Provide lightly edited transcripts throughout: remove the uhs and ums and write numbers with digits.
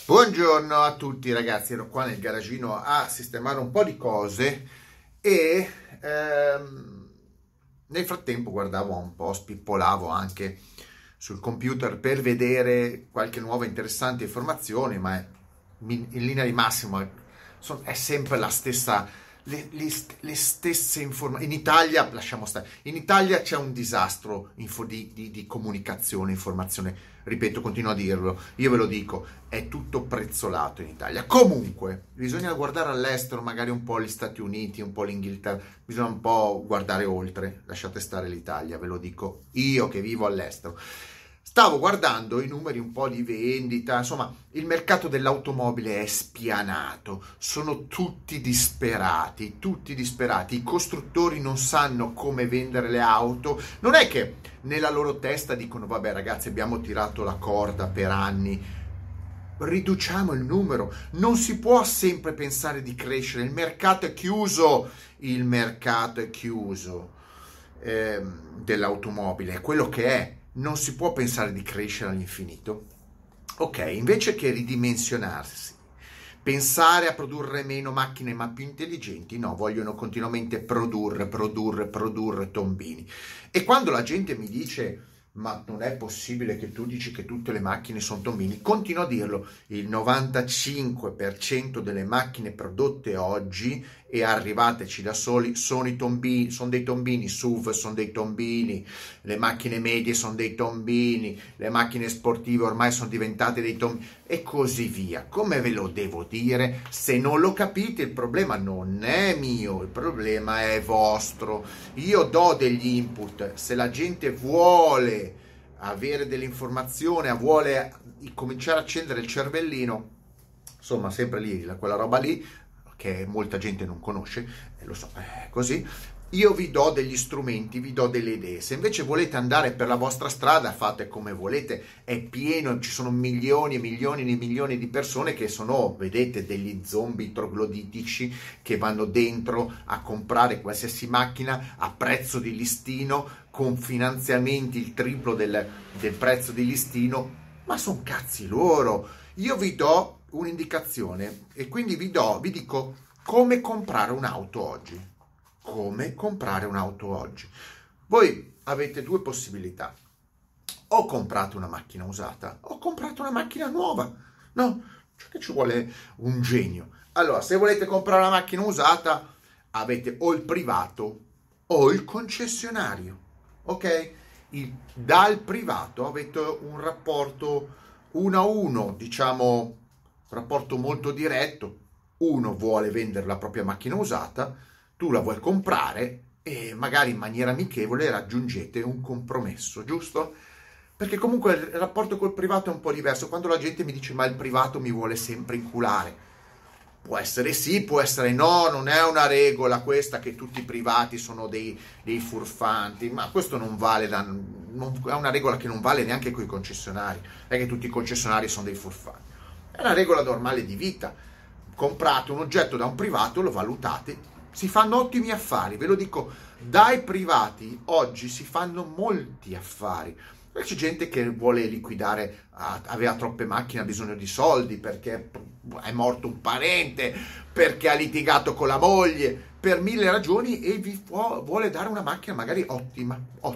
Buongiorno a tutti ragazzi, ero qua nel garagino a sistemare un po' di cose e nel frattempo guardavo un po', spippolavo anche sul computer per vedere qualche nuova interessante informazione, ma in linea di massimo è sempre la stessa, le stesse informazioni. In Italia, lasciamo stare, in Italia c'è un disastro di comunicazione, informazione. Ripeto, continuo a dirlo, io ve lo dico, è tutto prezzolato in Italia. Comunque, bisogna guardare all'estero, magari un po' gli Stati Uniti, un po' l'Inghilterra, bisogna un po' guardare oltre, lasciate stare l'Italia, ve lo dico io che vivo all'estero. Stavo guardando i numeri un po' di vendita, insomma, il mercato dell'automobile è spianato, sono tutti disperati, i costruttori non sanno come vendere le auto, non è che nella loro testa dicono vabbè ragazzi abbiamo tirato la corda per anni, riduciamo il numero, non si può sempre pensare di crescere, il mercato è chiuso dell'automobile, è quello che è. Non si può pensare di crescere all'infinito. Ok, invece che ridimensionarsi, pensare a produrre meno macchine ma più intelligenti, no, vogliono continuamente produrre tombini. E quando la gente mi dice ma non è possibile che tu dici che tutte le macchine sono tombini, continuo a dirlo, il 95% delle macchine prodotte oggi e arrivateci da soli sono i tombini, sono dei tombini, SUV sono dei tombini, le macchine medie sono dei tombini, le macchine sportive ormai sono diventate dei tombini e così via. Come ve lo devo dire? Se non lo capite il problema non è mio, il problema è vostro. Io do degli input, se la gente vuole avere delle informazioni, vuole cominciare a accendere il cervellino, insomma sempre lì, quella roba lì che molta gente non conosce, lo so, è così, io vi do degli strumenti, vi do delle idee. Se invece volete andare per la vostra strada, fate come volete, è pieno, ci sono milioni e milioni e milioni di persone che sono, vedete, degli zombie trogloditici che vanno dentro a comprare qualsiasi macchina a prezzo di listino, con finanziamenti il triplo del prezzo di listino, ma sono cazzi loro. Io vi do un'indicazione e quindi vi dico come comprare un'auto oggi. Come comprare un'auto oggi. Voi avete due possibilità: o comprate una macchina usata o comprate una macchina nuova, no? Cioè che ci vuole un genio. Allora, se volete comprare una macchina usata avete o il privato o il concessionario, ok? Dal privato avete un rapporto 1-1, diciamo, rapporto molto diretto. Uno vuole vendere la propria macchina usata, tu la vuoi comprare e magari in maniera amichevole raggiungete un compromesso, giusto? Perché comunque il rapporto col privato è un po' diverso. Quando la gente mi dice ma il privato mi vuole sempre inculare, può essere sì, può essere no, non è una regola questa che tutti i privati sono dei furfanti, ma questo non vale, è una regola che non vale neanche con i concessionari, non è che tutti i concessionari sono dei furfanti, è una regola normale di vita. Comprate un oggetto da un privato, lo valutate, si fanno ottimi affari, ve lo dico, dai privati oggi si fanno molti affari. C'è gente che vuole liquidare, aveva troppe macchine, ha bisogno di soldi perché è morto un parente, perché ha litigato con la moglie, per mille ragioni, e vi vuole dare una macchina magari ottima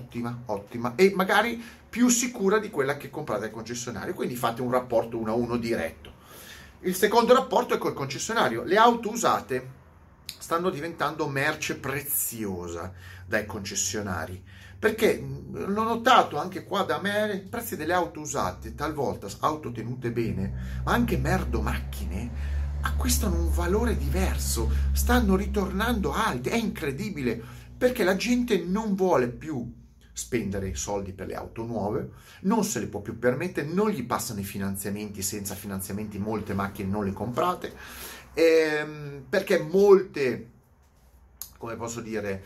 e magari più sicura di quella che comprate al concessionario, quindi fate un rapporto 1-1 diretto. Il secondo rapporto è col concessionario. Le auto usate stanno diventando merce preziosa dai concessionari, perché l'ho notato anche qua da me, i prezzi delle auto usate, talvolta auto tenute bene, ma anche merdo macchine, acquistano un valore diverso, stanno ritornando alti, è incredibile, perché la gente non vuole più spendere i soldi per le auto nuove, non se le può più permettere, non gli passano i finanziamenti, senza finanziamenti molte macchine non le comprate, perché molte, come posso dire,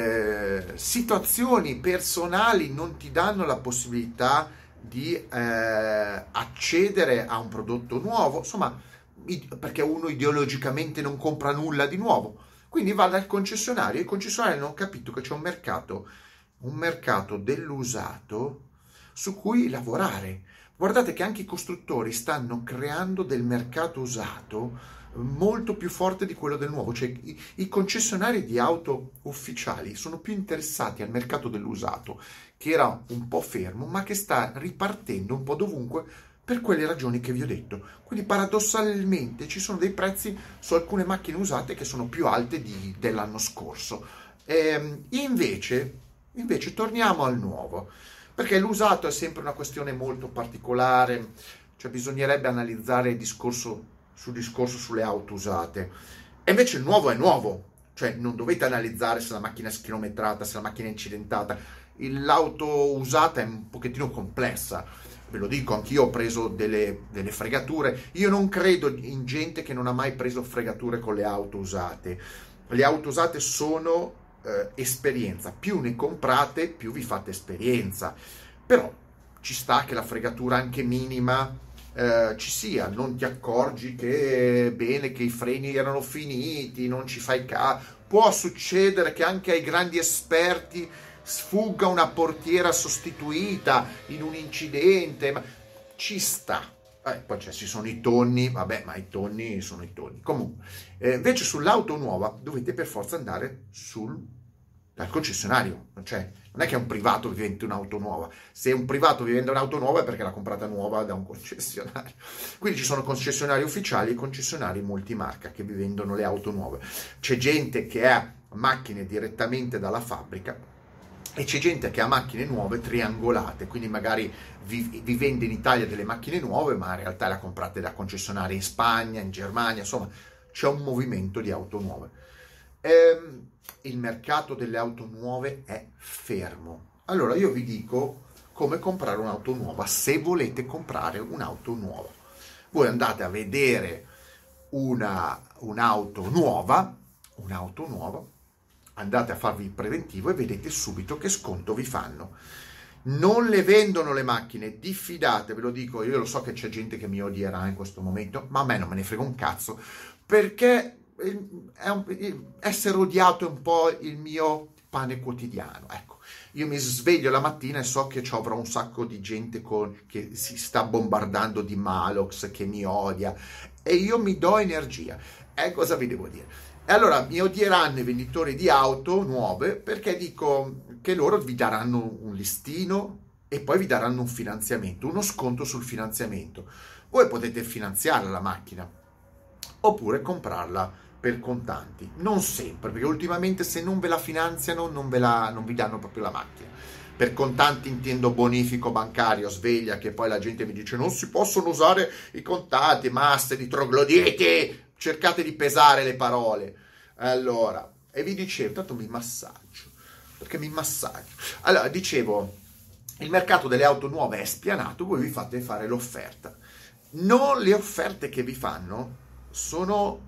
situazioni personali non ti danno la possibilità di accedere a un prodotto nuovo, insomma, perché uno ideologicamente non compra nulla di nuovo, quindi va dal concessionario. I concessionari hanno capito che c'è un mercato dell'usato su cui lavorare. Guardate che anche i costruttori stanno creando del mercato usato molto più forte di quello del nuovo, cioè i concessionari di auto ufficiali sono più interessati al mercato dell'usato, che era un po' fermo, ma che sta ripartendo un po' dovunque per quelle ragioni che vi ho detto. Quindi paradossalmente ci sono dei prezzi su alcune macchine usate che sono più alte dell'anno scorso. Invece torniamo al nuovo, perché l'usato è sempre una questione molto particolare, cioè bisognerebbe analizzare il discorso sulle auto usate. E invece il nuovo è nuovo, cioè non dovete analizzare se la macchina è chilometrata, se la macchina è incidentata. L'auto usata è un pochettino complessa, ve lo dico, anch'io ho preso delle fregature. Io non credo in gente che non ha mai preso fregature con le auto usate. Le auto usate sono esperienza, più ne comprate più vi fate esperienza, però ci sta che la fregatura anche minima ci sia, non ti accorgi che bene che i freni erano finiti, non ci fai caso, può succedere che anche ai grandi esperti sfugga una portiera sostituita in un incidente, ma ci sta. Poi ci sono i tonni, vabbè, ma i tonni sono i tonni. Comunque, invece sull'auto nuova dovete per forza andare dal concessionario, cioè non è che un privato vi vende un'auto nuova. Se un privato vi vende un'auto nuova è perché l'ha comprata nuova da un concessionario. Quindi ci sono concessionari ufficiali e concessionari multimarca che vi vendono le auto nuove. C'è gente che ha macchine direttamente dalla fabbrica e c'è gente che ha macchine nuove triangolate, quindi magari vi vende in Italia delle macchine nuove, ma in realtà le ha comprate da concessionari in Spagna, in Germania, insomma c'è un movimento di auto nuove. Il mercato delle auto nuove è fermo. Allora io vi dico come comprare un'auto nuova. Se volete comprare un'auto nuova, voi andate a vedere un'auto nuova, andate a farvi il preventivo e vedete subito che sconto vi fanno. Non le vendono le macchine, diffidate, ve lo dico, io lo so che c'è gente che mi odierà in questo momento, ma a me non me ne frega un cazzo, perché essere odiato è un po' il mio pane quotidiano. Ecco, io mi sveglio la mattina e so che ci avrò un sacco di gente che si sta bombardando di Malox, che mi odia, e io mi do energia. Cosa vi devo dire? E allora mi odieranno i venditori di auto nuove perché dico che loro vi daranno un listino e poi vi daranno un finanziamento, uno sconto sul finanziamento. Voi potete finanziare la macchina oppure comprarla per contanti. Non sempre, perché ultimamente se non ve la finanziano non vi danno proprio la macchina. Per contanti intendo bonifico bancario, sveglia, che poi la gente mi dice non si possono usare i contanti, masse di trogloditi, cercate di pesare le parole. Allora, e vi dicevo, tanto mi massaggio, perché mi massaggio. Allora, dicevo, il mercato delle auto nuove è spianato, voi vi fate fare l'offerta. Non le offerte che vi fanno sono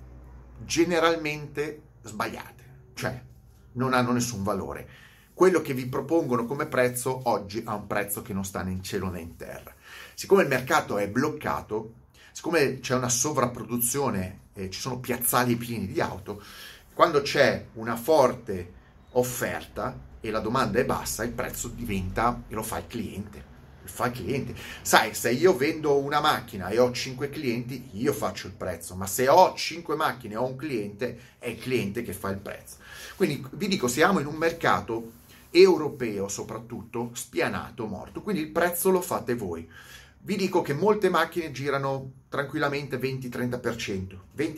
generalmente sbagliate, cioè non hanno nessun valore. Quello che vi propongono come prezzo oggi ha un prezzo che non sta né in cielo né in terra. Siccome il mercato è bloccato, siccome c'è una sovrapproduzione e ci sono piazzali pieni di auto, quando c'è una forte offerta e la domanda è bassa, il prezzo diventa e lo fa il cliente. Sai, se io vendo una macchina e ho 5 clienti, io faccio il prezzo, ma se ho 5 macchine e ho un cliente, è il cliente che fa il prezzo. Quindi vi dico, siamo in un mercato europeo soprattutto spianato, morto, quindi il prezzo lo fate voi. Vi dico che molte macchine girano tranquillamente 20-30%,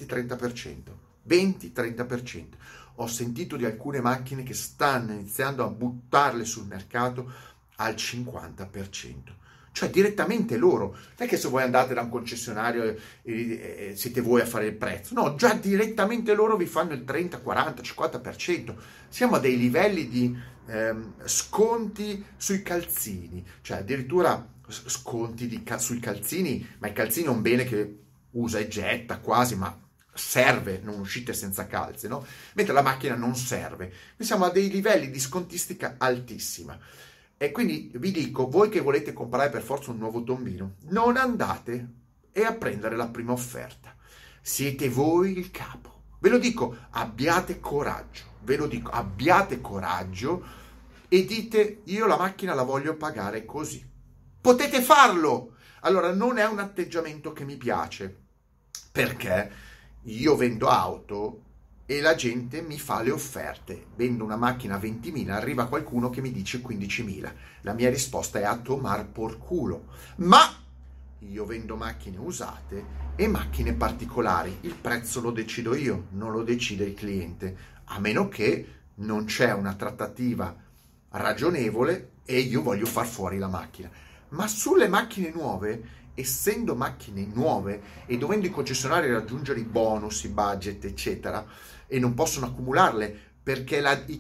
20-30%. Ho sentito di alcune macchine che stanno iniziando a buttarle sul mercato al 50%, cioè direttamente loro. Non è che se voi andate da un concessionario e siete voi a fare il prezzo, no, già direttamente loro vi fanno il 30, 40, 50%. Siamo a dei livelli di sconti sui calzini, cioè addirittura sconti sui calzini, ma i calzini è un bene che usa e getta quasi, ma serve, non uscite senza calze, no? Mentre la macchina non serve. Noi siamo a dei livelli di scontistica altissima. E quindi vi dico, voi che volete comprare per forza un nuovo tombino, non andate a prendere la prima offerta. Siete voi il capo. Ve lo dico, abbiate coraggio. Ve lo dico, abbiate coraggio e dite, io la macchina la voglio pagare così. Potete farlo! Allora, non è un atteggiamento che mi piace, perché io vendo auto e la gente mi fa le offerte. Vendo una macchina a 20.000, arriva qualcuno che mi dice 15.000. La mia risposta è a tomar por culo. Ma io vendo macchine usate e macchine particolari. Il prezzo lo decido io, non lo decide il cliente, a meno che non c'è una trattativa ragionevole e io voglio far fuori la macchina. Ma sulle macchine nuove, essendo macchine nuove e dovendo i concessionari raggiungere i bonus, i budget, eccetera, e non possono accumularle perché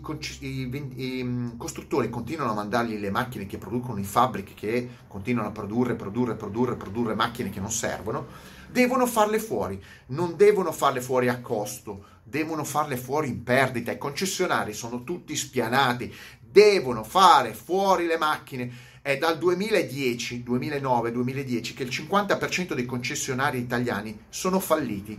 i costruttori continuano a mandargli le macchine che producono in fabbriche, che continuano a produrre macchine che non servono, devono farle fuori. Non devono farle fuori a costo, devono farle fuori in perdita. I concessionari sono tutti spianati, devono fare fuori le macchine. È dal 2010, 2009, 2010 che il 50% dei concessionari italiani sono falliti.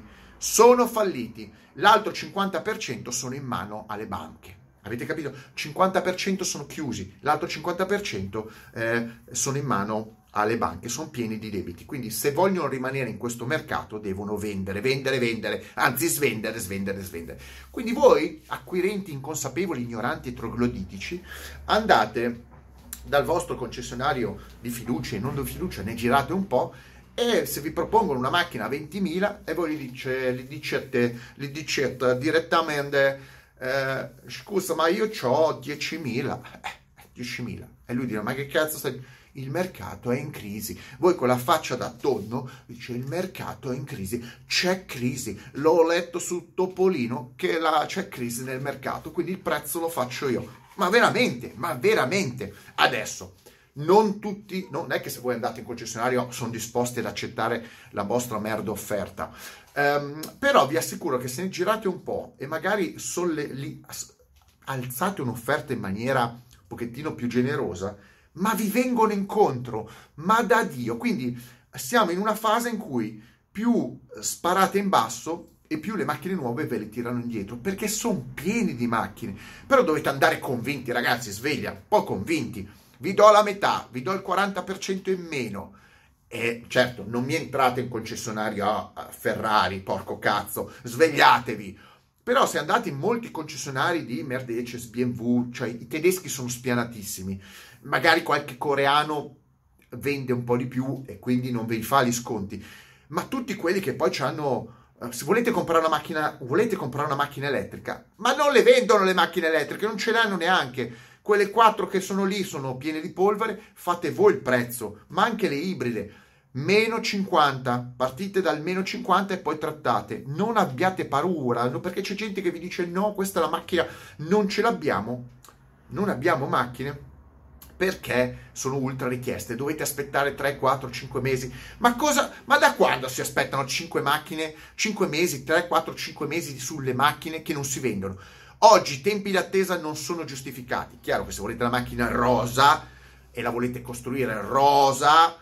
L'altro 50% sono in mano alle banche. Avete capito? 50% sono chiusi, l'altro 50% sono in mano alle banche, sono pieni di debiti. Quindi se vogliono rimanere in questo mercato devono vendere, anzi svendere. Quindi voi, acquirenti inconsapevoli, ignoranti e trogloditici, andate dal vostro concessionario di fiducia e non di fiducia, ne girate un po', e se vi propongono una macchina a 20.000 e voi gli dicete direttamente scusa, ma io ho 10.000, 10.000, e lui dirà ma che cazzo stai... Il mercato è in crisi. Voi con la faccia da tonno dice il mercato è in crisi, c'è crisi, l'ho letto su Topolino che c'è crisi nel mercato, quindi il prezzo lo faccio io. Ma veramente, adesso non tutti, non è che se voi andate in concessionario sono disposti ad accettare la vostra merda offerta, però vi assicuro che se ne girate un po' e magari alzate un'offerta in maniera un pochettino più generosa, ma vi vengono incontro, ma da Dio. Quindi siamo in una fase in cui più sparate in basso e più le macchine nuove ve le tirano indietro, perché sono pieni di macchine. Però dovete andare convinti, ragazzi, sveglia, un po' convinti. Vi do la metà, vi do il 40% in meno. E certo, non mi entrate in concessionario a Ferrari, porco cazzo, svegliatevi. Però se andate in molti concessionari di Mercedes, BMW, cioè i tedeschi sono spianatissimi, magari qualche coreano vende un po' di più e quindi non vi fa gli sconti, ma tutti quelli che poi hanno, se volete comprare una macchina elettrica, ma non le vendono le macchine elettriche, non ce l'hanno neanche, quelle 4 che sono lì sono piene di polvere, fate voi il prezzo, ma anche le ibride, meno 50, partite dal meno 50 e poi trattate, non abbiate paura, perché c'è gente che vi dice no, questa è la macchina, non ce l'abbiamo, non abbiamo macchine perché sono ultra richieste, dovete aspettare 3, 4, 5 mesi, ma da quando si aspettano 5 macchine, 5 mesi, 3, 4, 5 mesi sulle macchine che non si vendono? Oggi i tempi di attesa non sono giustificati, chiaro che se volete la macchina rosa e la volete costruire rosa,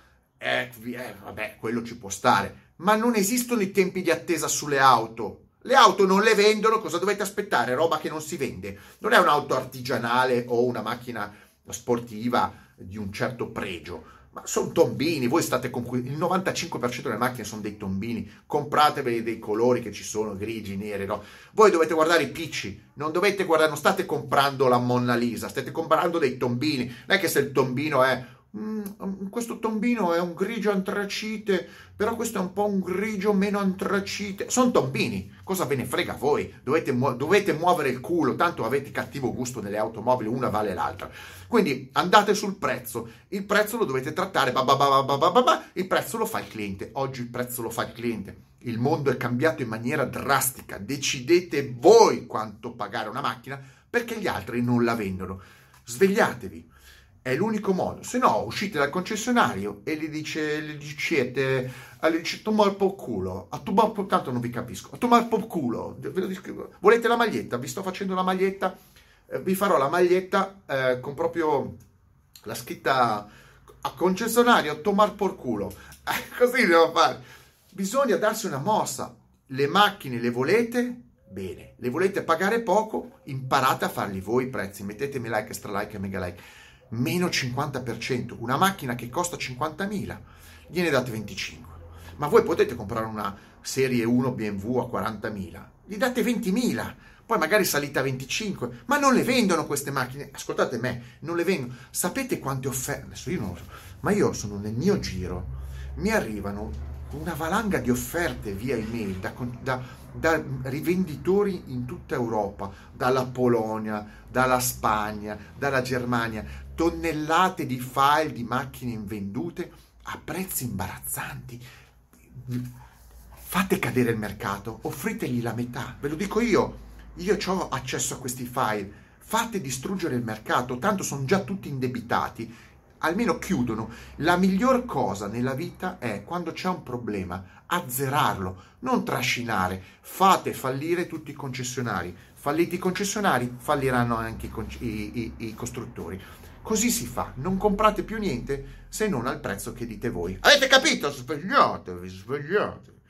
vabbè, quello ci può stare, ma non esistono i tempi di attesa sulle auto. Le auto non le vendono, cosa dovete aspettare? Roba che non si vende. Non è un'auto artigianale o una macchina sportiva di un certo pregio, ma sono tombini. Voi state con il 95% delle macchine sono dei tombini. Compratevi dei colori che ci sono, grigi, neri, no? Voi dovete guardare i picci, non state comprando la Monna Lisa, state comprando dei tombini. Non è che se il tombino è questo tombino è un grigio antracite, però questo è un po' un grigio meno antracite. Sono tombini, cosa ve ne frega a voi? Dovete muovere il culo, tanto avete cattivo gusto nelle automobili, una vale l'altra. Quindi andate sul prezzo, il prezzo lo dovete trattare, il prezzo lo fa il cliente. Oggi il prezzo lo fa il cliente. Il mondo è cambiato in maniera drastica, decidete voi quanto pagare una macchina perché gli altri non la vendono. Svegliatevi. È l'unico modo, se no uscite dal concessionario e gli dicete tomar po' culo, tanto non vi capisco, a tomar po' culo, volete la maglietta? Vi sto facendo la maglietta, vi farò la maglietta con proprio la scritta a concessionario, tomar por culo, così devo fare. Bisogna darsi una mossa, le macchine le volete? Bene, le volete pagare poco? Imparate a farli voi i prezzi, mettetemi like, extra like e mega like. meno 50%. Una macchina che costa 50.000, gliene date 25. Ma voi potete comprare una serie 1 BMW a 40.000, gli date 20.000, poi magari salite a 25, ma non le vendono queste macchine. Ascoltate me, non le vendono. Sapete quante offerte? Adesso io non lo so, ma io sono nel mio giro, mi arrivano una valanga di offerte via email da rivenditori in tutta Europa, dalla Polonia, dalla Spagna, dalla Germania, tonnellate di file di macchine invendute a prezzi imbarazzanti. Fate cadere il mercato, offritegli la metà, ve lo dico io ho accesso a questi file, fate distruggere il mercato, tanto sono già tutti indebitati, almeno chiudono. La miglior cosa nella vita è, quando c'è un problema, azzerarlo, non trascinare. Fate fallire tutti i concessionari. Falliti i concessionari, falliranno anche i costruttori. Così si fa, non comprate più niente se non al prezzo che dite voi. Avete capito? Svegliatevi, svegliatevi.